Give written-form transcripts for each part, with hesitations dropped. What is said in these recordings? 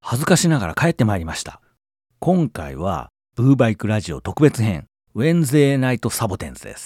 恥ずかしながら帰ってまいりました。今回はブーバイクラジオ特別編ウェンズデーナイトサボテンズです。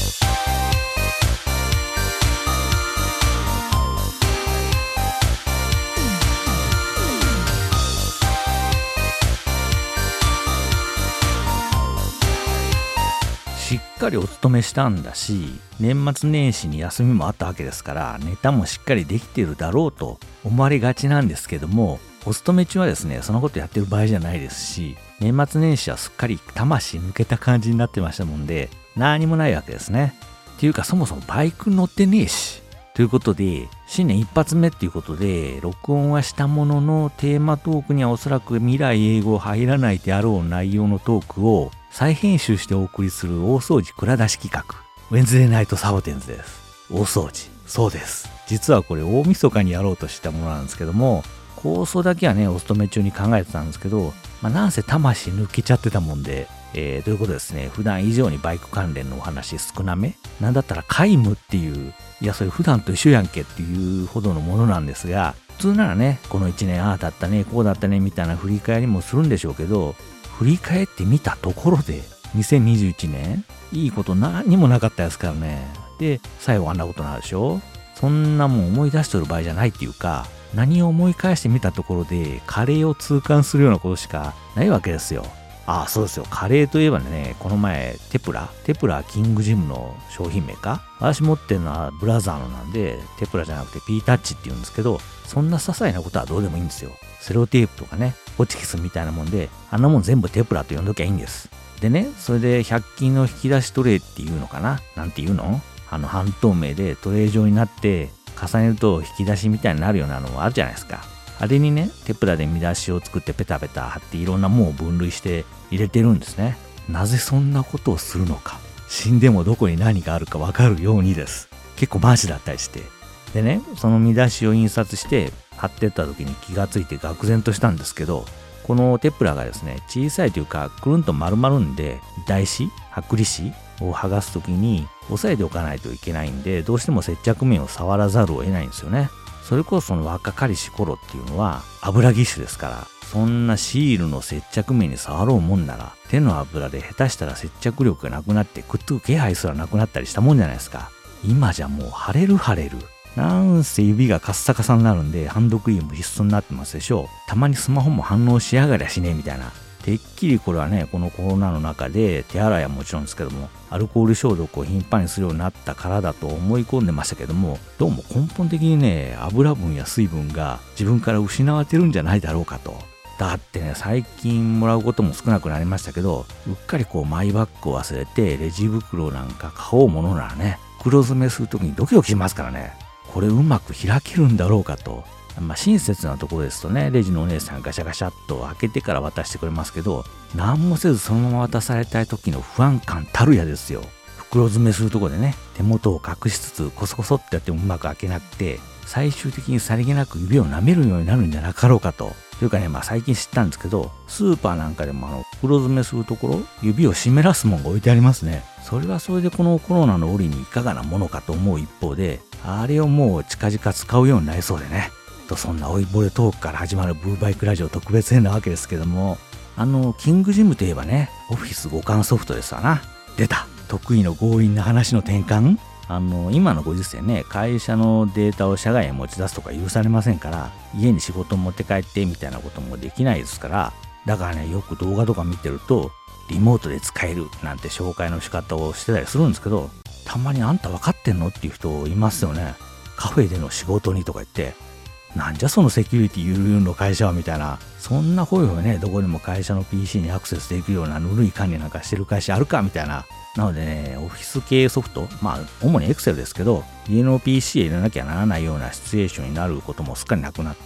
しっかりお勤めしたんだし、年末年始に休みもあったわけですから、ネタもしっかりできているだろうと思われがちなんですけども、お勤め中はですね、そのことやってる場合じゃないですし、年末年始はすっかり魂抜けた感じになってましたもんで、何もないわけですね。っていうか、そもそもバイク乗ってねえし。ということで、新年一発目っていうことで、録音はしたものの、テーマトークにはおそらく未来英語入らないであろう内容のトークを再編集してお送りする大掃除蔵出し企画、ウェンズデーナイトサボテンズです。大掃除。そうです。実はこれ大晦日にやろうとしたものなんですけども、構想だけはね、お勤め中に考えてたんですけど、なんせ魂抜けちゃってたもんで、ということですね、普段以上にバイク関連のお話少なめ、なんだったら皆無っていう、いやそれ普段と一緒やんけっていうほどのものなんですが、普通ならね、この1年ああだったね、こうだったねみたいな振り返りもするんでしょうけど、振り返ってみたところで、2021年、いいこと何にもなかったですからね。で、最後あんなことになるでしょ。そんなもん思い出しとる場合じゃないっていうか、何を思い返してみたところで、カレーを痛感するようなことしかないわけですよ。ああ、そうですよ。カレーといえばね、この前、テプラキングジムの商品名か。私持ってるのはブラザーのなんで、テプラじゃなくてピータッチって言うんですけど、そんな些細なことはどうでもいいんですよ。セロテープとかね、ホチキスみたいなもんで、あんなもん全部テプラと呼んどきゃいいんです。でね、それで100均の引き出しトレイっていうのかな。なんていうの？半透明でトレイ状になって、重ねると引き出しみたいになるようなのもあるじゃないですか。あれにね、テプラで見出しを作ってペタペタ貼っていろんなものを分類して入れてるんですね。なぜそんなことをするのか。死んでもどこに何があるかわかるようにです。結構マジだったりして。でね、その見出しを印刷して貼ってった時に気がついて愕然としたんですけど、このテプラがですね、小さいというかくるんと丸まるんで、台紙、剥離紙を剥がす時に押さえておかないといけないんで、どうしても接着面を触らざるを得ないんですよね。それこそその若かりし頃っていうのは油ぎっしゅですから、そんなシールの接着面に触ろうもんなら、手の油で下手したら接着力がなくなってくっつく気配すらなくなったりしたもんじゃないですか。今じゃもう貼れる。なんせ指がカッサカサになるんで、ハンドクリーム必須になってますでしょう。たまにスマホも反応しやがりゃしねえみたいな。てっきりこれはね、このコロナの中で手洗いはもちろんですけども、アルコール消毒を頻繁にするようになったからだと思い込んでましたけども、どうも根本的にね、油分や水分が自分から失われてるんじゃないだろうかと。だってね、最近もらうことも少なくなりましたけど、うっかりマイバッグを忘れてレジ袋なんか買おうものならね、黒詰めするときにドキドキしますからね。これうまく開けるんだろうかと。親切なところですとね、レジのお姉さんがガシャガシャっと開けてから渡してくれますけど、何もせずそのまま渡されたい時の不安感たるやですよ。袋詰めするところでね、手元を隠しつつコソコソってやってもうまく開けなくて、最終的にさりげなく指を舐めるようになるんじゃなかろうかと。というかね、最近知ったんですけど、スーパーなんかでも袋詰めするところ、指を湿らすもんが置いてありますね。それはそれでこのコロナの折にいかがなものかと思う一方で、あれをもう近々使うようになりそうでね。そんな老いぼれトークから始まるブーバイクラジオ特別編なわけですけども、キングジムといえばね、オフィス互換ソフトですわな。出た。得意の強引な話の転換。今のご時世ね、会社のデータを社外へ持ち出すとか許されませんから、家に仕事を持って帰ってみたいなこともできないですから、だからね、よく動画とか見てると、リモートで使えるなんて紹介の仕方をしてたりするんですけど、たまにあんた分かってんのっていう人いますよね。カフェでの仕事にとか言って、なんじゃそのセキュリティゆるゆるの会社はみたいな、そんなホイホイね、どこにも会社の PC にアクセスできるようなぬるい管理なんかしてる会社あるかみたいな。なのでね、オフィス系ソフト、主に Excel ですけど、家の PC へ入れなきゃならないようなシチュエーションになることもすっかりなくなって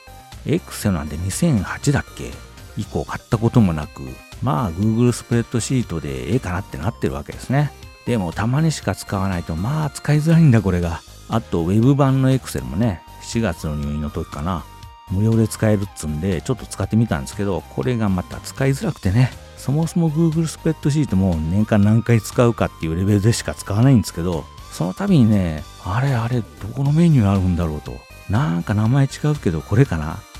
、Excel なんて2008だっけ以降買ったこともなく、Google スプレッドシートでかなってなってるわけですね。でもたまにしか使わないと使いづらいんだこれが。あと Web 版の Excel もね、7月の入院の時かな、無料で使えるっつんでちょっと使ってみたんですけど、これがまた使いづらくてね、そもそも Google スプレッドシートも年間何回使うかっていうレベルでしか使わないんですけど、その度にね、あれどこのメニューあるんだろうと、なんか名前違うけどこれかな、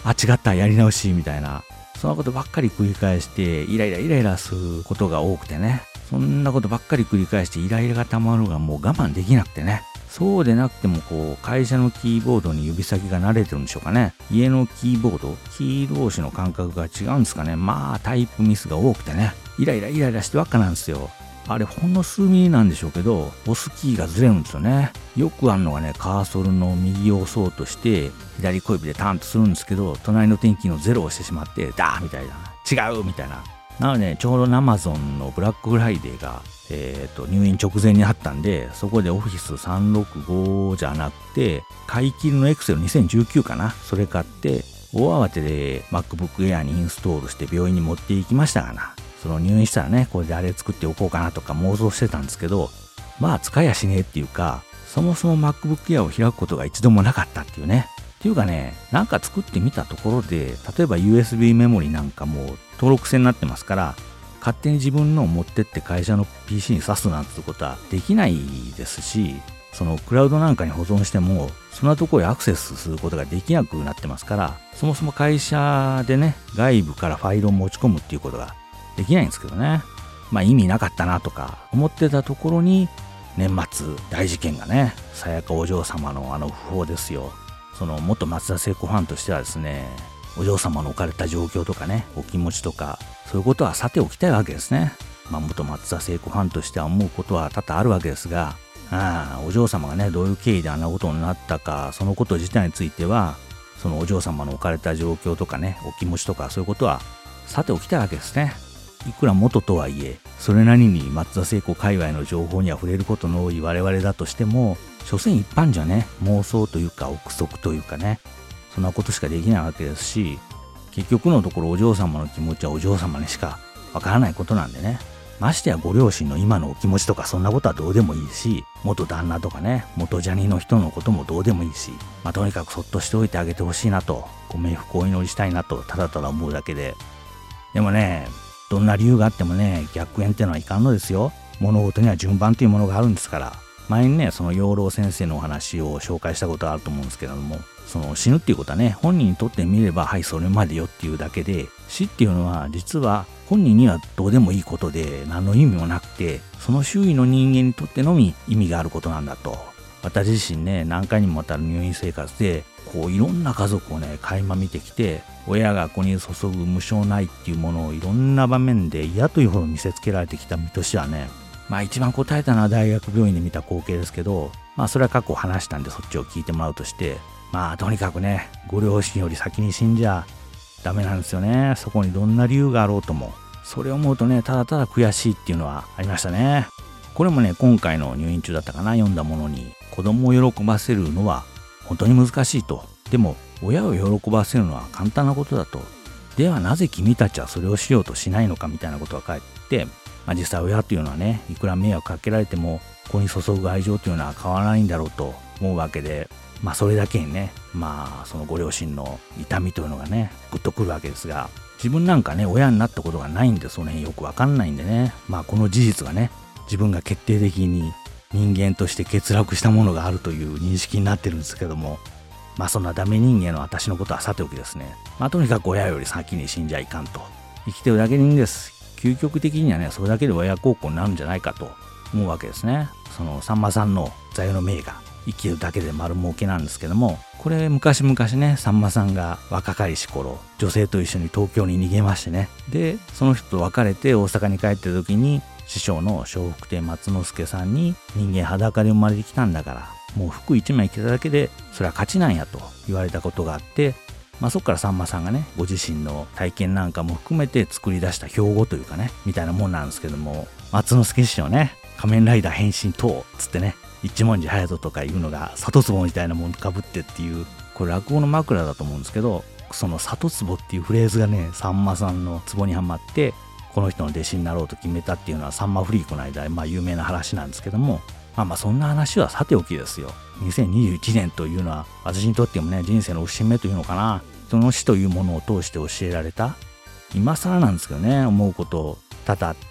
あ、違った、やり直しみたいな、そんなことばっかり繰り返してイライラすることが多くてね、そんなことばっかり繰り返してイライラがたまるのがもう我慢できなくてね、そうでなくても会社のキーボードに指先が慣れてるんでしょうかね。家のキーボード、キー同士の感覚が違うんですかね。まあタイプミスが多くてね、イライラしてばっかなんですよ。あれほんの数ミリなんでしょうけど、押すキーがずれるんですよね。よくあるのがね、カーソルの右を押そうとして左小指でターンとするんですけど、隣の点キーの0を押してしまってダーみたいな、違うみたいな。なので、ね、ちょうど Amazon のブラックフライデーが入院直前にあったんで、そこでオフィス365じゃなくて買い切りの Excel 2019かな、それ買って大慌てで MacBook Air にインストールして病院に持って行きましたがな。その入院したらね、これであれ作っておこうかなとか妄想してたんですけど、まあ使いやしねえっていうか、そもそも MacBook Air を開くことが一度もなかったっていうね。っていうかね、なんか作ってみたところで、例えば USB メモリなんかも登録制になってますから、勝手に自分のを持ってって会社の PC に挿すなんてことはできないですし、そのクラウドなんかに保存してもそんなところへアクセスすることができなくなってますから、そもそも会社でね、外部からファイルを持ち込むっていうことができないんですけどね。まあ意味なかったなとか思ってたところに、年末大事件がね、さやかお嬢様の訃報ですよ。その元松田聖子ファンとしてはですね、お嬢様の置かれた状況とかね、お気持ちとか、そういうことはさておきたいわけですね。まあ元松田聖子ファンとしては思うことは多々あるわけですが、お嬢様がね、どういう経緯であんなことになったか、そのこと自体については、そのお嬢様の置かれた状況とかね、お気持ちとかそういうことはさておきたいわけですね。いくら元とはいえ、それなりに松田聖子界隈の情報には触れることの多い我々だとしても、所詮一般じゃね、妄想というか憶測というかね、そんなことしかできないわけですし、結局のところお嬢様の気持ちはお嬢様にしかわからないことなんでね。ましてやご両親の今のお気持ちとかそんなことはどうでもいいし、元旦那とかね、元ジャニーの人のこともどうでもいいし、まあとにかくそっとしておいてあげてほしいなと、ご冥福をお祈りしたいなと、ただただ思うだけで。でもね、どんな理由があってもね、逆縁ってのはいかんのですよ。物事には順番というものがあるんですから。前にね、その養老先生のお話を紹介したことがあると思うんですけれども、その死ぬっていうことはね、本人にとってみれば、はい、それまでよっていうだけで、死っていうのは実は本人にはどうでもいいことで、何の意味もなくて、その周囲の人間にとってのみ意味があることなんだと。私自身ね、何回にもわたる入院生活で、いろんな家族をね、垣間見てきて、親が子に注ぐ無償の愛っていうものをいろんな場面で嫌というほど見せつけられてきた身としてはね、まあ一番答えたのは大学病院で見た光景ですけど、まあそれは過去話したんでそっちを聞いてもらうとして、まあとにかくね、ご両親より先に死んじゃダメなんですよね。そこにどんな理由があろうとも。それを思うとね、ただただ悔しいっていうのはありましたね。これもね、今回の入院中だったかな、読んだものに、子供を喜ばせるのは本当に難しいと。でも親を喜ばせるのは簡単なことだと。ではなぜ君たちはそれをしようとしないのかみたいなことが書いて、まあ、実際親というのはね、いくら迷惑かけられても子に注ぐ愛情というのは変わらないんだろうと思うわけで、まあそれだけにね、まあそのご両親の痛みというのがね、ぐっとくるわけですが、自分なんかね、親になったことがないんで、その辺よくわかんないんでね、まあこの事実がね、自分が決定的に人間として欠落したものがあるという認識になってるんですけども、まあそんなダメ人間の私のことはさておきですね、まあとにかく親より先に死んじゃいかんと。生きてるだけでいいんです。究極的にはね、それだけで親孝行になるんじゃないかと思うわけですね。そのさんまさんの座右の銘が生きるだけで丸儲けなんですけども、これ昔々ね、さんまさんが若かりし頃、女性と一緒に東京に逃げましてね、でその人と別れて大阪に帰ってる時に、師匠の笑福亭松之助さんに、人間裸で生まれてきたんだから、もう服一枚着ただけでそれは勝ちなんやと言われたことがあって、まあそっからさんまさんがね、ご自身の体験なんかも含めて作り出した標語というかね、みたいなもんなんですけども、松之助師匠ね、仮面ライダー変身等つってね、一文字隼人とかいうのが里壺みたいなもんかぶってっていう、これ落語の枕だと思うんですけど、その里壺っていうフレーズがね、さんまさんの壺にはまってこの人の弟子になろうと決めたっていうのは、さんまフリークの間まあ有名な話なんですけども、まあそんな話はさておきですよ。2021年というのは私にとってもね、人生の節目というのかな、人の死というものを通して教えられた、今更なんですけどね、思うこと多々あって、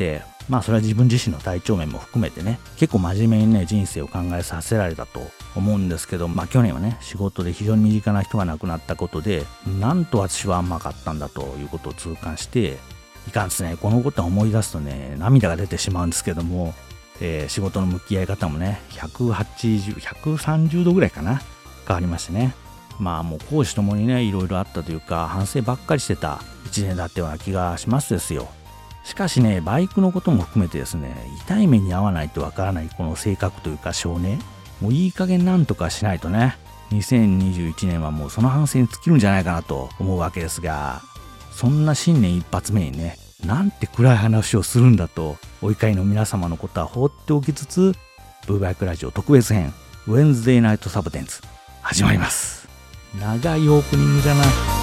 まあそれは自分自身の体調面も含めてね、結構真面目にね、人生を考えさせられたと思うんですけど、まあ去年はね、仕事で非常に身近な人が亡くなったことで、なんと私は甘かったんだということを痛感して、いかんですね、このことを思い出すとね、涙が出てしまうんですけども、仕事の向き合い方もね、180、130度ぐらいかな、変わりましてね。まあもう講師ともにね、いろいろあったというか、反省ばっかりしてた一年だったような気がしますですよ。しかしね、バイクのことも含めてですね、痛い目に遭わないとわからないこの性格というか性根、もういい加減なんとかしないとね、2021年はもうその反省に尽きるんじゃないかなと思うわけですが、そんな新年一発目にね、なんて暗い話をするんだと、お怒りの皆様のことは放っておきつつ、ブーバイクラジオ特別編、ウェンズデイナイトサボテンズ、始まります。長いオープニングだな。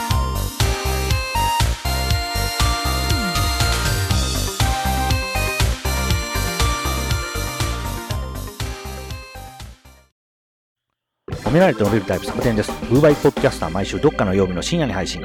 褒められて伸びるタイプサボテンです。ブーバイポッドキャスター毎週どっかの曜日の深夜に配信。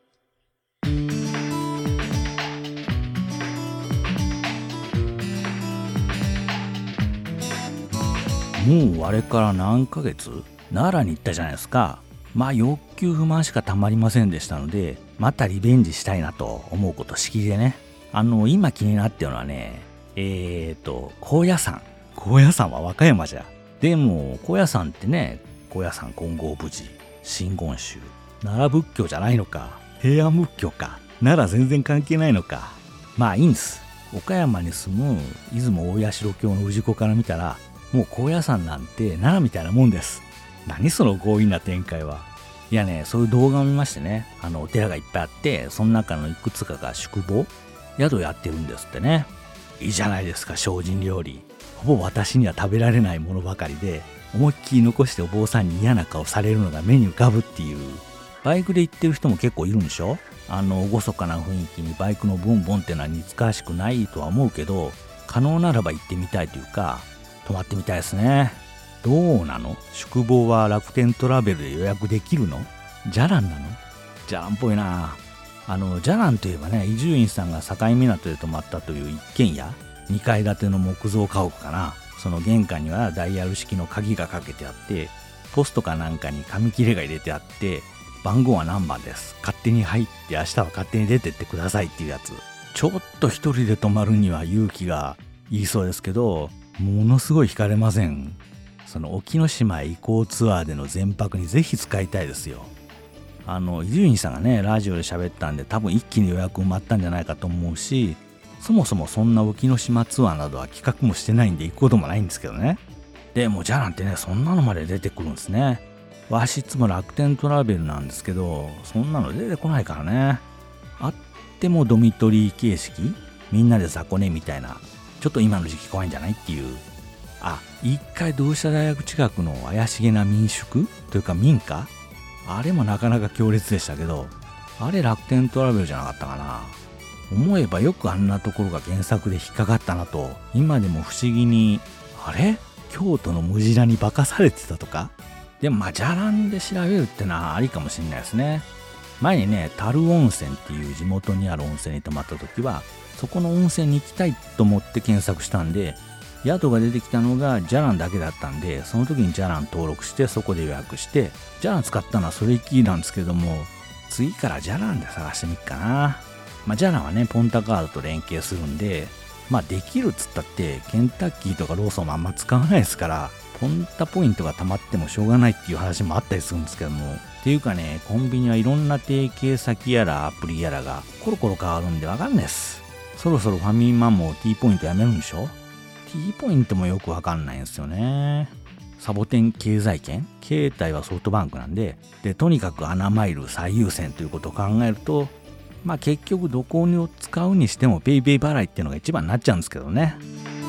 もうあれから何ヶ月奈良に行ったじゃないですか。まあ欲求不満しかたまりませんでしたので、またリベンジしたいなと思うことしきりでね。今気になってるのはね、高野山。高野山は和歌山じゃ。でも高野山ってね、高野山金剛無事、真言宗、奈良仏教じゃないのか、平安仏教か、奈良全然関係ないのか。まあいいんです。岡山に住む出雲大社教の氏子から見たら、もう高野山なんて奈良みたいなもんです。何その強引な展開は。いやね、そういう動画を見ましてね、お寺がいっぱいあって、その中のいくつかが宿坊、宿やってるんですってね。いいじゃないですか、精進料理。ほぼ私には食べられないものばかりで、思いっきり残してお坊さんに嫌な顔されるのが目に浮かぶっていう。バイクで行ってる人も結構いるんでしょ？厳かな雰囲気にバイクのブンブンってのは似つかしくないとは思うけど、可能ならば行ってみたいというか、泊まってみたいですね。どうなの？宿坊は楽天トラベルで予約できるの？じゃらんなの？じゃらんっぽいな。じゃらんといえばね、伊集院さんが境港で泊まったという一軒家、2階建ての木造家屋かな。その玄関にはダイヤル式の鍵がかけてあって、ポストかなんかに紙切れが入れてあって、番号は何番です。勝手に入って明日は勝手に出てってくださいっていうやつ。ちょっと一人で泊まるには勇気がいいそうですけど、ものすごい惹かれません。その沖ノ島へ移行ツアーでの全泊にぜひ使いたいですよ。伊集院さんがね、ラジオで喋ったんで多分一気に予約埋まったんじゃないかと思うし、そもそもそんな沖ノ島ツアーなどは企画もしてないんで行くこともないんですけどね。でもじゃあなんてね、そんなのまで出てくるんですね。わしいつも楽天トラベルなんですけど、そんなの出てこないからね。あってもドミトリー形式、みんなで雑魚寝みたいな、ちょっと今の時期怖いんじゃないっていう。一回同志社大学近くの怪しげな民宿というか民家、あれもなかなか強烈でしたけど、あれ楽天トラベルじゃなかったかな。思えばよくあんなところが原作で引っかかったなと、今でも不思議に、あれ？京都のムジラに化かされてたとか。でもじゃらんで調べるってのはありかもしれないですね。前にね、樽温泉っていう地元にある温泉に泊まった時は、そこの温泉に行きたいと思って検索したんで、宿が出てきたのがじゃらんだけだったんで、その時にじゃらん登録してそこで予約して、じゃらん使ったのはそれっきりなんですけども、次からじゃらんで探してみっかな。じゃらんはね、ポンタカードと連携するんで、できるっつったってケンタッキーとかローソンもあんま使わないですから、ポンタポイントが溜まってもしょうがないっていう話もあったりするんですけども、っていうかね、コンビニはいろんな提携先やらアプリやらがコロコロ変わるんでわかんないです。そろそろファミマも T ポイントやめるんでしょ？ T ポイントもよくわかんないんですよね。サボテン経済圏、携帯はソフトバンクなんで、とにかく穴マイル最優先ということを考えると、結局どこを使うにしてもペイペイ払いっていうのが一番になっちゃうんですけどね。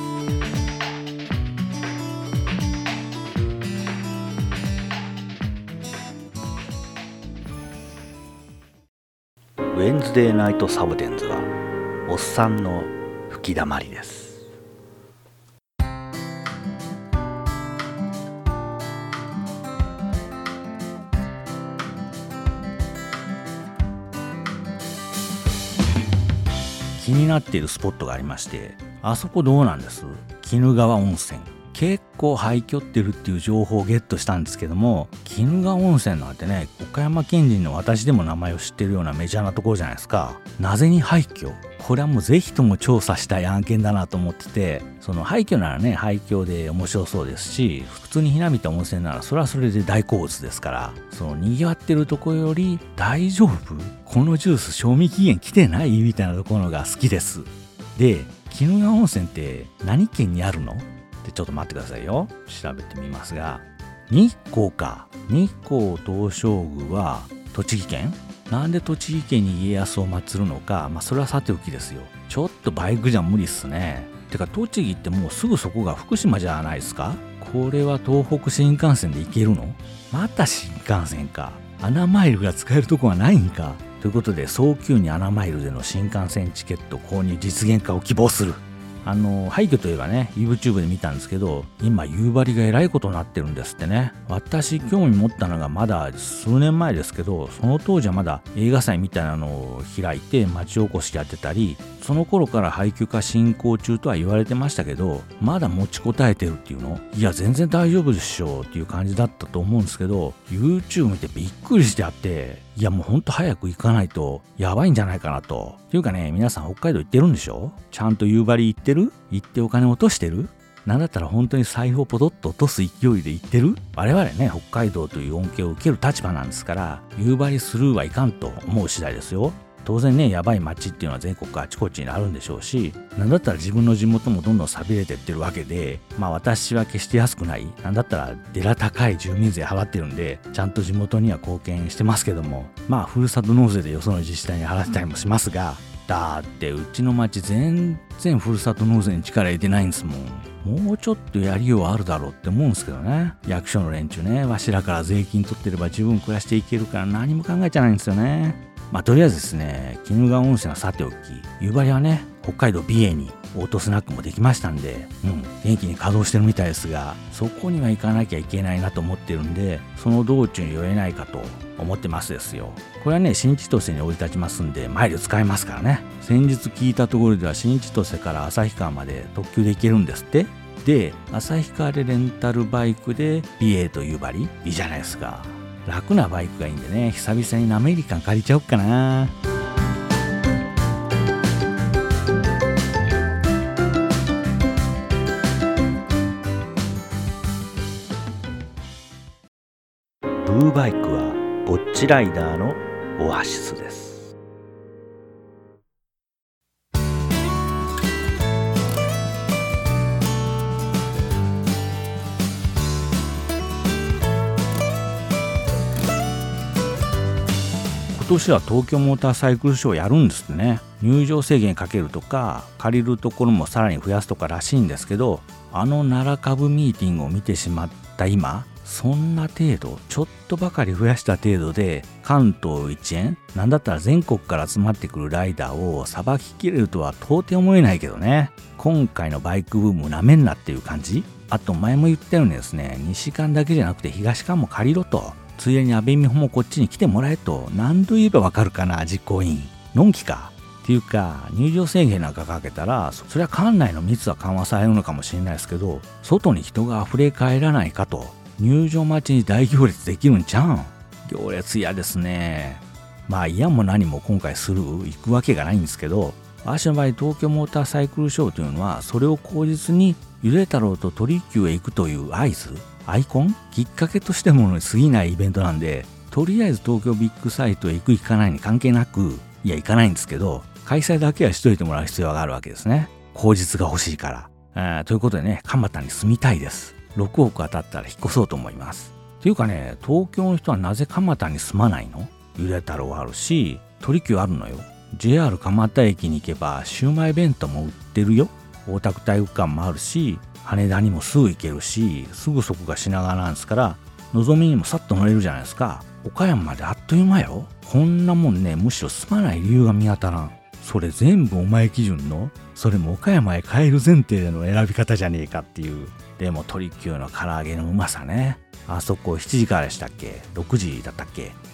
ウェンズデーナイトサボテンズはおっさんの吹きだまりです。昨気になっているスポットがありまして、あそこどうなんです？鬼怒川温泉。結構廃墟ってるっていう情報をゲットしたんですけども、鬼怒川温泉なんてね、岡山県人の私でも名前を知ってるようなメジャーなところじゃないですか。なぜに廃墟？これはもうぜひとも調査したい案件だなと思ってて、その廃墟ならね、廃墟で面白そうですし、普通にひなびた温泉ならそれはそれで大好物ですから、その賑わってるところより大丈夫？このジュース賞味期限来てない？みたいなところが好きです。で、鬼怒川温泉って何県にあるの？でちょっと待ってくださいよ。調べてみますが、日光か。日光東照宮は栃木県？なんで栃木県に家康を祀るのか、それはさておきですよ。ちょっとバイクじゃ無理っすね。てか栃木ってもうすぐそこが福島じゃないですか？これは東北新幹線で行けるの？また新幹線か。アナマイルが使えるとこはないんか。ということで早急にアナマイルでの新幹線チケット購入実現化を希望する。廃墟といえばね、 YouTube で見たんですけど、今夕張がえらいことになってるんですってね。私興味持ったのがまだ数年前ですけど、その当時はまだ映画祭みたいなのを開いて町おこしやってたり、その頃から廃墟化進行中とは言われてましたけど、まだ持ちこたえてるっていうの、いや全然大丈夫でしょっていう感じだったと思うんですけど、 YouTube 見てびっくりしてあって、いやもうほんと早く行かないとやばいんじゃないかなと。っていうかね、皆さん北海道行ってるんでしょ？ちゃんと夕張行ってる？行ってお金落としてる？なんだったら本当に財布をポトッと落とす勢いで行ってる？我々ね、北海道という恩恵を受ける立場なんですから、夕張スルーはいかんと思う次第ですよ。当然ね、やばい街っていうのは全国あちこちにあるんでしょうし、なんだったら自分の地元もどんどん寂れてってるわけで、私は決して安くない、なんだったら寺高い住民税払ってるんで、ちゃんと地元には貢献してますけども、ふるさと納税でよその自治体に払ってたりもしますが、だってうちの町全然ふるさと納税に力入れてないんですもん。もうちょっとやりようあるだろうって思うんですけどね。役所の連中ね、わしらから税金取ってれば十分暮らしていけるから何も考えちゃないんですよね。とりあえずですね、鬼怒川温泉はさておき、夕張はね、北海道美瑛にオートスナックもできましたんで、元気に稼働してるみたいですが、そこには行かなきゃいけないなと思ってるんで、その道中に寄れないかと思ってますですよ。これはね、新千歳に降り立ちますんで、マイル使えますからね。先日聞いたところでは、新千歳から旭川まで特急で行けるんですって。で、旭川でレンタルバイクで美瑛と夕張、いいじゃないですか。楽なバイクがいいんでね、久々にアメリカン借りちゃおっかな。ブーバイクはぼっちライダーのオアシスです。今年は東京モーターサイクルショーやるんですね。入場制限かけるとか、借りるところもさらに増やすとからしいんですけど、奈良株ミーティングを見てしまった今、そんな程度、ちょっとばかり増やした程度で関東一円、なんだったら全国から集まってくるライダーをさばききれるとは到底思えないけどね。今回のバイクブームなめんなっていう感じ。あと前も言ったようにですね、西館だけじゃなくて東館も借りろと、ついでに安倍美穂もこっちに来てもらえと、何度言えばわかるかな、実行委員。のんきかっていうか、入場制限なんかかけたら、そりゃ館内の密は緩和されるのかもしれないですけど、外に人が溢れ返らないかと。入場待ちに大行列できるんじゃん。行列嫌ですね。嫌も何も今回行くわけがないんですけど、私の場合東京モーターサイクルショーというのは、それを口実にゆで太郎と鳥久へ行くという合図、アイコン、きっかけとしてものに過ぎないイベントなんで、とりあえず東京ビッグサイトへ行く行かないに関係なく、いや行かないんですけど、開催だけはしといてもらう必要があるわけですね。口実が欲しいから。ということでね、蒲田に住みたいです。6億当たったら引っ越そうと思います。っていうかね、東京の人はなぜ蒲田に住まないの？ゆで太郎あるし、鳥久あるのよ。JR 蒲田駅に行けばシウマイ弁当も売ってるよ。大田区体育館もあるし、羽田にもすぐ行けるし、すぐそこが品川なんですから、のぞみにもさっと乗れるじゃないですか。岡山まであっという間よ。こんなもんね、むしろ住まない理由が見当たらん。それ全部お前基準の？それも岡山へ帰る前提での選び方じゃねえかっていう。でも鳥久の唐揚げのうまさね。あそこ7時からでしたっけ？ 6 時だったっけ？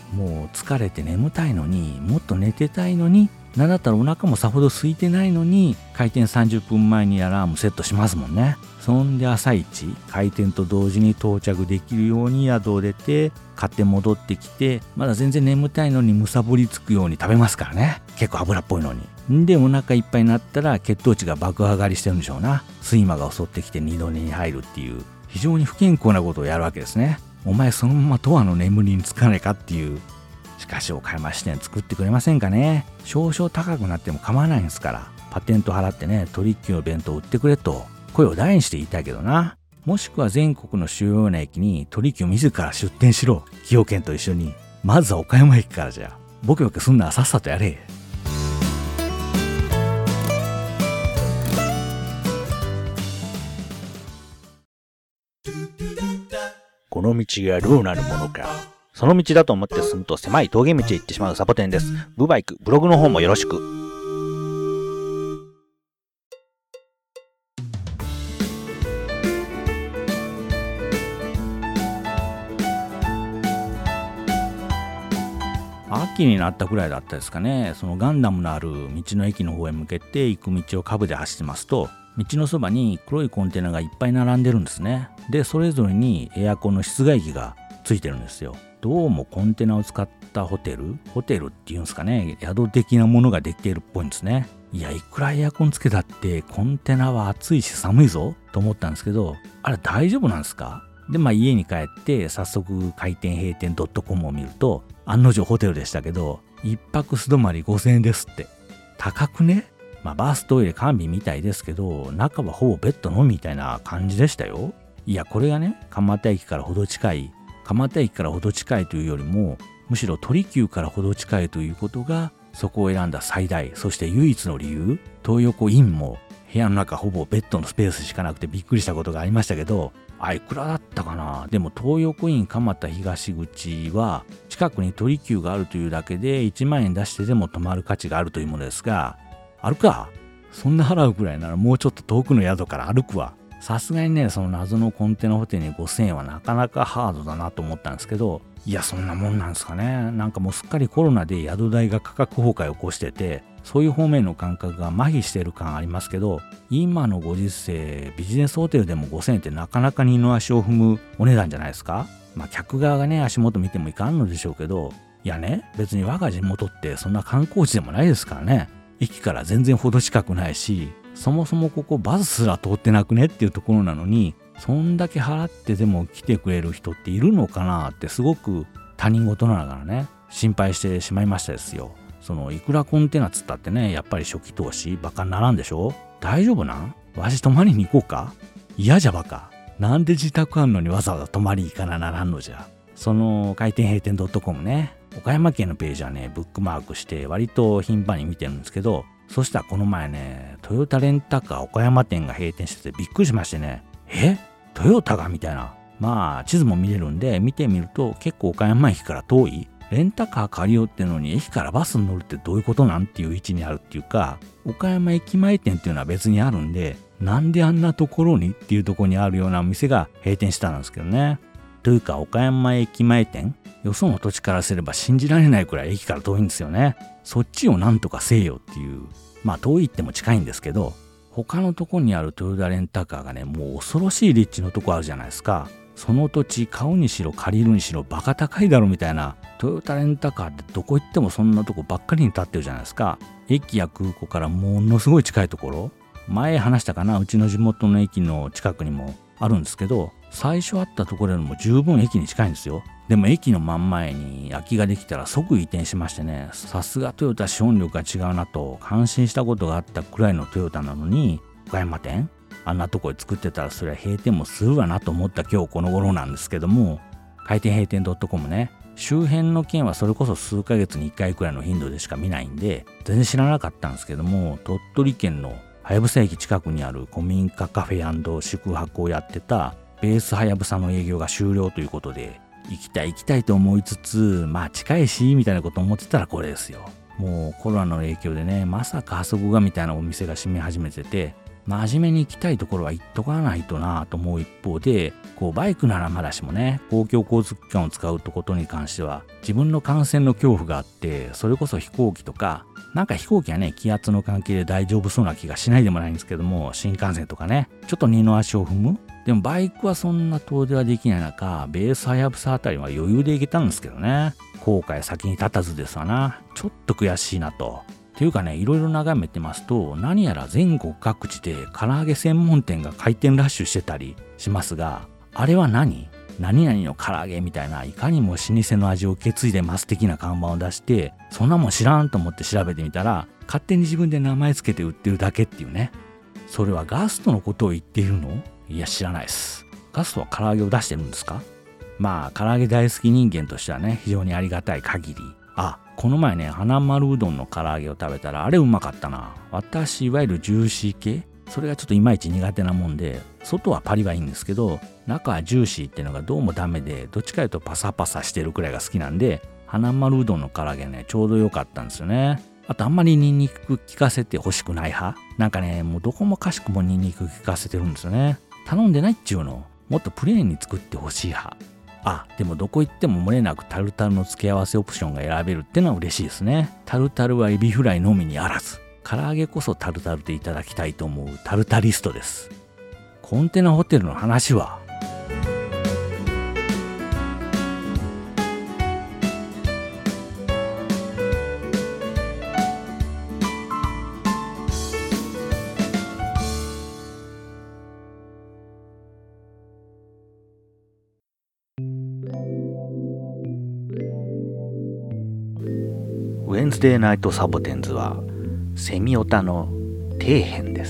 もう疲れて眠たいのに、もっと寝てたいのに、なんだったらお腹もさほど空いてないのに、開店30分前にアラームセットしますもんね。そんで朝一、開店と同時に到着できるように宿を出て、買って戻ってきて、まだ全然眠たいのにむさぼりつくように食べますからね。結構油っぽいのに。んでお腹いっぱいになったら血糖値が爆上がりしてるんでしょうな。睡魔が襲ってきて二度寝に入るっていう、非常に不健康なことをやるわけですね。お前そのまま永遠の眠りにつかねえかっていう。しかし岡山支店作ってくれませんかね。少々高くなっても構わないんですから。パテント払ってね、トリッキーの弁当売ってくれと声を大にして言いたいけどな。もしくは全国の主要な駅にトリッキーを自ら出店しろ。崎陽軒と一緒に。まずは岡山駅からじゃ。ボケボケすんならさっさとやれ。 この道がどうなるものか。その道だと思って進むと狭い峠道へ行ってしまうサボテンです。ブバイク、ブログの方もよろしく。 秋になったくらいだったですかね。そのガンダムのある道の駅の方へ向けて行く道をカブで走ってますと、道のそばに黒いコンテナがいっぱい並んでるんですね。で、それぞれにエアコンの室外機がついてるんですよ。どうもコンテナを使ったホテルっていうんですかね、宿的なものができているっぽいんですね。いや、いくらエアコンつけたってコンテナは暑いし寒いぞと思ったんですけど、あれ大丈夫なんですか？で、家に帰って早速開店閉店 .com を見ると、案の定ホテルでしたけど、一泊素泊まり5000円ですって。高くね？バストイレ完備みたいですけど、中はほぼベッドのみみたいな感じでしたよ。いや、これがね、蒲田駅からほど近いというよりも、むしろ鳥急からほど近いということが、そこを選んだ最大、そして唯一の理由。東横インも部屋の中ほぼベッドのスペースしかなくてびっくりしたことがありましたけど、いくらだったかな。でも東横イン蒲田東口は近くに鳥急があるというだけで1万円出してでも泊まる価値があるというものですが、あるか。そんな払うくらいならもうちょっと遠くの宿から歩くわ。さすがにね、その謎のコンテナホテルに5000円はなかなかハードだなと思ったんですけど、いや、そんなもんなんですかね。なんかもうすっかりコロナで宿代が価格崩壊を起こしてて、そういう方面の感覚が麻痺してる感ありますけど、今のご時世、ビジネスホテルでも5000円ってなかなか二の足を踏むお値段じゃないですか。客側がね、足元見てもいかんのでしょうけど、いやね、別に我が地元ってそんな観光地でもないですからね。駅から全然ほど近くないし、そもそもここバスすら通ってなくねっていうところなのに、そんだけ払ってでも来てくれる人っているのかなってすごく他人事ながらね、心配してしまいましたですよ。いくらコンテナつったってね、やっぱり初期投資バカにならんでしょ。大丈夫なん？わし泊まりに行こうか？嫌じゃバカ。なんで自宅あんのにわざわざ泊まり行かなならんのじゃ。開店閉店 .com ね、岡山県のページはね、ブックマークして割と頻繁に見てるんですけど、そしたらこの前ね、トヨタレンタカー岡山店が閉店しててびっくりしましてね、トヨタがみたいな。地図も見れるんで見てみると結構岡山駅から遠い。レンタカー借りようってのに駅からバスに乗るってどういうことなんっていう位置にあるっていうか、岡山駅前店っていうのは別にあるんで、なんであんなところにっていうところにあるようなお店が閉店したんですけどね。というか岡山駅前店、よその土地からすれば信じられないくらい駅から遠いんですよね。そっちをなんとかせよっていう。遠いっても近いんですけど、他のとこにあるトヨタレンタカーがね、もう恐ろしい立地のとこあるじゃないですか。その土地買うにしろ借りるにしろバカ高いだろみたいな。トヨタレンタカーってどこ行ってもそんなとこばっかりに立ってるじゃないですか。駅や空港からものすごい近いところ。前話したかな、うちの地元の駅の近くにもあるんですけど、最初あったところよりも十分駅に近いんですよ。でも駅の真ん前に空きができたら即移転しましてね、さすがトヨタ資本力が違うなと感心したことがあったくらいのトヨタなのに、岡山店あんなとこで作ってたらそりゃ閉店もするわなと思った今日この頃なんですけども、開店閉店 .com ね、周辺の県はそれこそ数ヶ月に1回くらいの頻度でしか見ないんで全然知らなかったんですけども、鳥取県のはやぶさ駅近くにある古民家カフェ&宿泊をやってたベースはやぶさの営業が終了ということで、行きたいと思いつつ、近いしみたいなこと思ってたらこれですよ。もうコロナの影響でね、まさかあそこがみたいなお店が閉め始めてて、 真面目に行きたいところは行っとかないとなと思う一方で、バイクならまだしもね、公共交通機関を使うことに関しては自分の感染の恐怖があって、それこそ飛行機とか、なんか飛行機はね、気圧の関係で大丈夫そうな気がしないでもないんですけども、新幹線とかね、ちょっと二の足を踏む。でもバイクはそんな遠出はできない中、ベースはやぶさあたりは余裕で行けたんですけどね。後悔先に立たずですわな。ちょっと悔しいなと。っていうかね、いろいろ眺めてますと、何やら全国各地で唐揚げ専門店が開店ラッシュしてたりしますが、あれは何々の唐揚げみたいな、いかにも老舗の味を受け継いでます的な看板を出して、そんなもん知らんと思って調べてみたら、勝手に自分で名前つけて売ってるだけっていうね。それはガストのことを言っているの？いや、知らないです。ガストは唐揚げを出してるんですか？まあ、唐揚げ大好き人間としてはね、非常にありがたい限り。この前ね、花丸うどんの唐揚げを食べたら、あれうまかったな。私、いわゆるジューシー系？それがちょっといまいち苦手なもんで、外はパリはいいんですけど、中はジューシーっていうのがどうもダメで、どっちかというとパサパサしてるくらいが好きなんで、花丸うどんの唐揚げね、ちょうど良かったんですよね。あとあんまりニンニク効かせて欲しくない派？なんかね、もうどこもかしくもニンニク効かせてるんですよね。頼んでないっちゅうの。もっとプレーンに作ってほしい派。でもどこ行っても漏れなくタルタルの付け合わせオプションが選べるってのは嬉しいですね。タルタルはエビフライのみにあらず。唐揚げこそタルタルでいただきたいと思うタルタリストです。コンテナホテルの話はウェンズデーナイトサボテンズはセミオタの底辺です。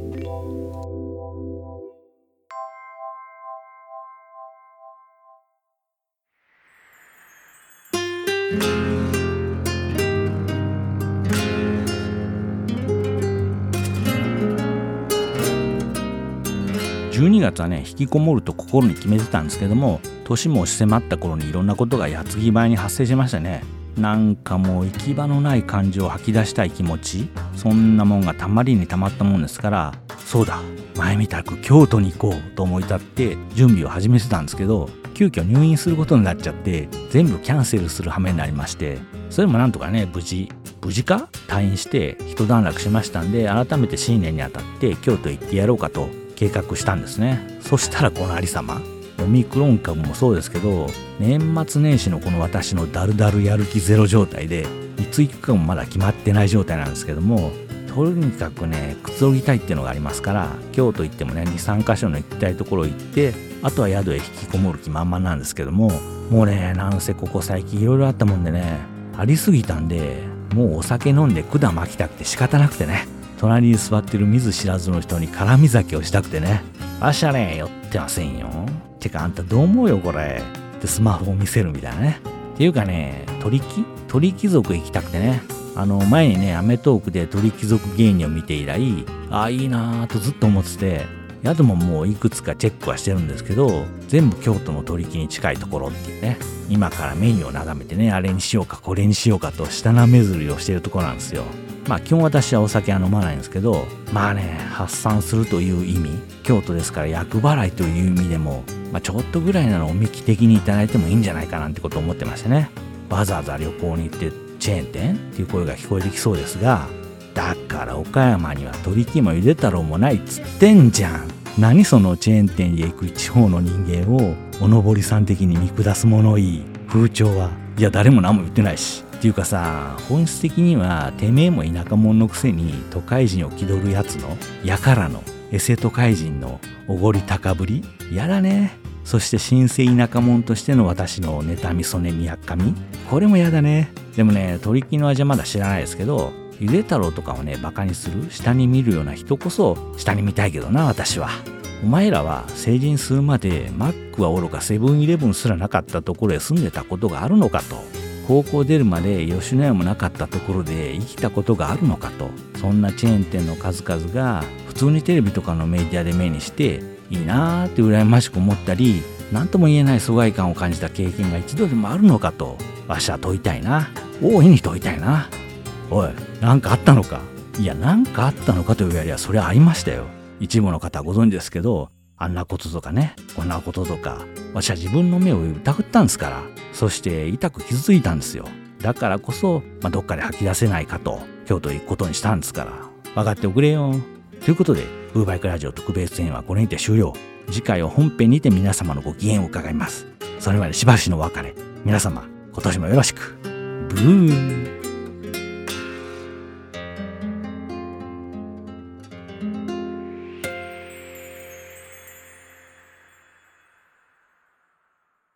12月はね、引きこもると心に決めてたんですけども、年も押し迫った頃にいろんなことが矢継ぎ早に発生しましたね。なんかもう行き場のない感情を吐き出したい気持ち、そんなもんがたまりにたまったもんですから、そうだ、前みたく京都に行こうと思い立って準備を始めてたんですけど、急遽入院することになっちゃって全部キャンセルする羽目になりまして、それもなんとかね、無事か退院して一段落しましたんで、改めて新年にあたって京都行ってやろうかと計画したんですね。そしたらこのありさま、オミクロン株もそうですけど、年末年始のこの私のダルダルやる気ゼロ状態で、いつ行くかもまだ決まってない状態なんですけども、とにかくね、くつろぎたいっていうのがありますから、京都行ってもね、2、3カ所の行きたいところ行って、あとは宿へ引きこもる気満々なんですけども、もうね、なんせここ最近いろいろあったもんでね、ありすぎたんで、もうお酒飲んで管巻きたくて仕方なくてね、隣に座ってる見ず知らずの人に絡み酒をしたくてね、あしゃね、酔ってませんよ。てかあんたどう思うよこれってスマホを見せるみたいなね。っていうかね、鳥貴族行きたくてね、前にね、アメトーークで鳥貴族芸人を見て以来、いいなぁとずっと思ってて、宿ももういくつかチェックはしてるんですけど、全部京都の鳥貴に近いところっていうね、今からメニューを眺めてね、あれにしようかこれにしようかと舌なめずりをしてるところなんですよ。まあ基本私はお酒は飲まないんですけど、まあね、発散するという意味、京都ですから厄払いという意味でも、ちょっとぐらいならおみき的にいただいてもいいんじゃないかなんてことを思ってましてね。わざわざ旅行に行ってチェーン店っていう声が聞こえてきそうですが、だから岡山には鳥貴もゆで太郎もないっつってんじゃん。何そのチェーン店へ行く地方の人間をおのぼりさん的に見下す物言い風潮は、いや誰も何も言ってないしっていうかさ、本質的にはてめえも田舎者のくせに都会人を気取るやつのやからのエセ都会人のおごり高ぶりやだね。そして新生田舎者としての私の妬みそねみやっかみ、これもやだね。でもね、鳥貴の味はまだ知らないですけど、ゆで太郎とかをねバカにする下に見るような人こそ下に見たいけどな。私はお前らは成人するまでマックはおろかセブンイレブンすらなかったところへ住んでたことがあるのかと、高校出るまで吉野家もなかったところで生きたことがあるのかと、そんなチェーン店の数々が普通にテレビとかのメディアで目にしていいなーって羨ましく思ったり、何とも言えない疎外感を感じた経験が一度でもあるのかとわしは問いたいな。大いに問いたいな。おい、なんかあったのか。 いや、なんかあったのかと言われりゃそれはありましたよ。一部の方はご存知ですけど、あんなこととかね、こんなこととか、私は自分の目を疑ったんですから。そして痛く傷ついたんですよ。だからこそ、どっかで吐き出せないかと京都へ行くことにしたんですから。分かっておくれよ。ということで、ブーバイクラジオ特別編はこれにて終了。次回は本編にて皆様のご機嫌を伺います。それまでしばしのお別れ。皆様、今年もよろしく。ブー。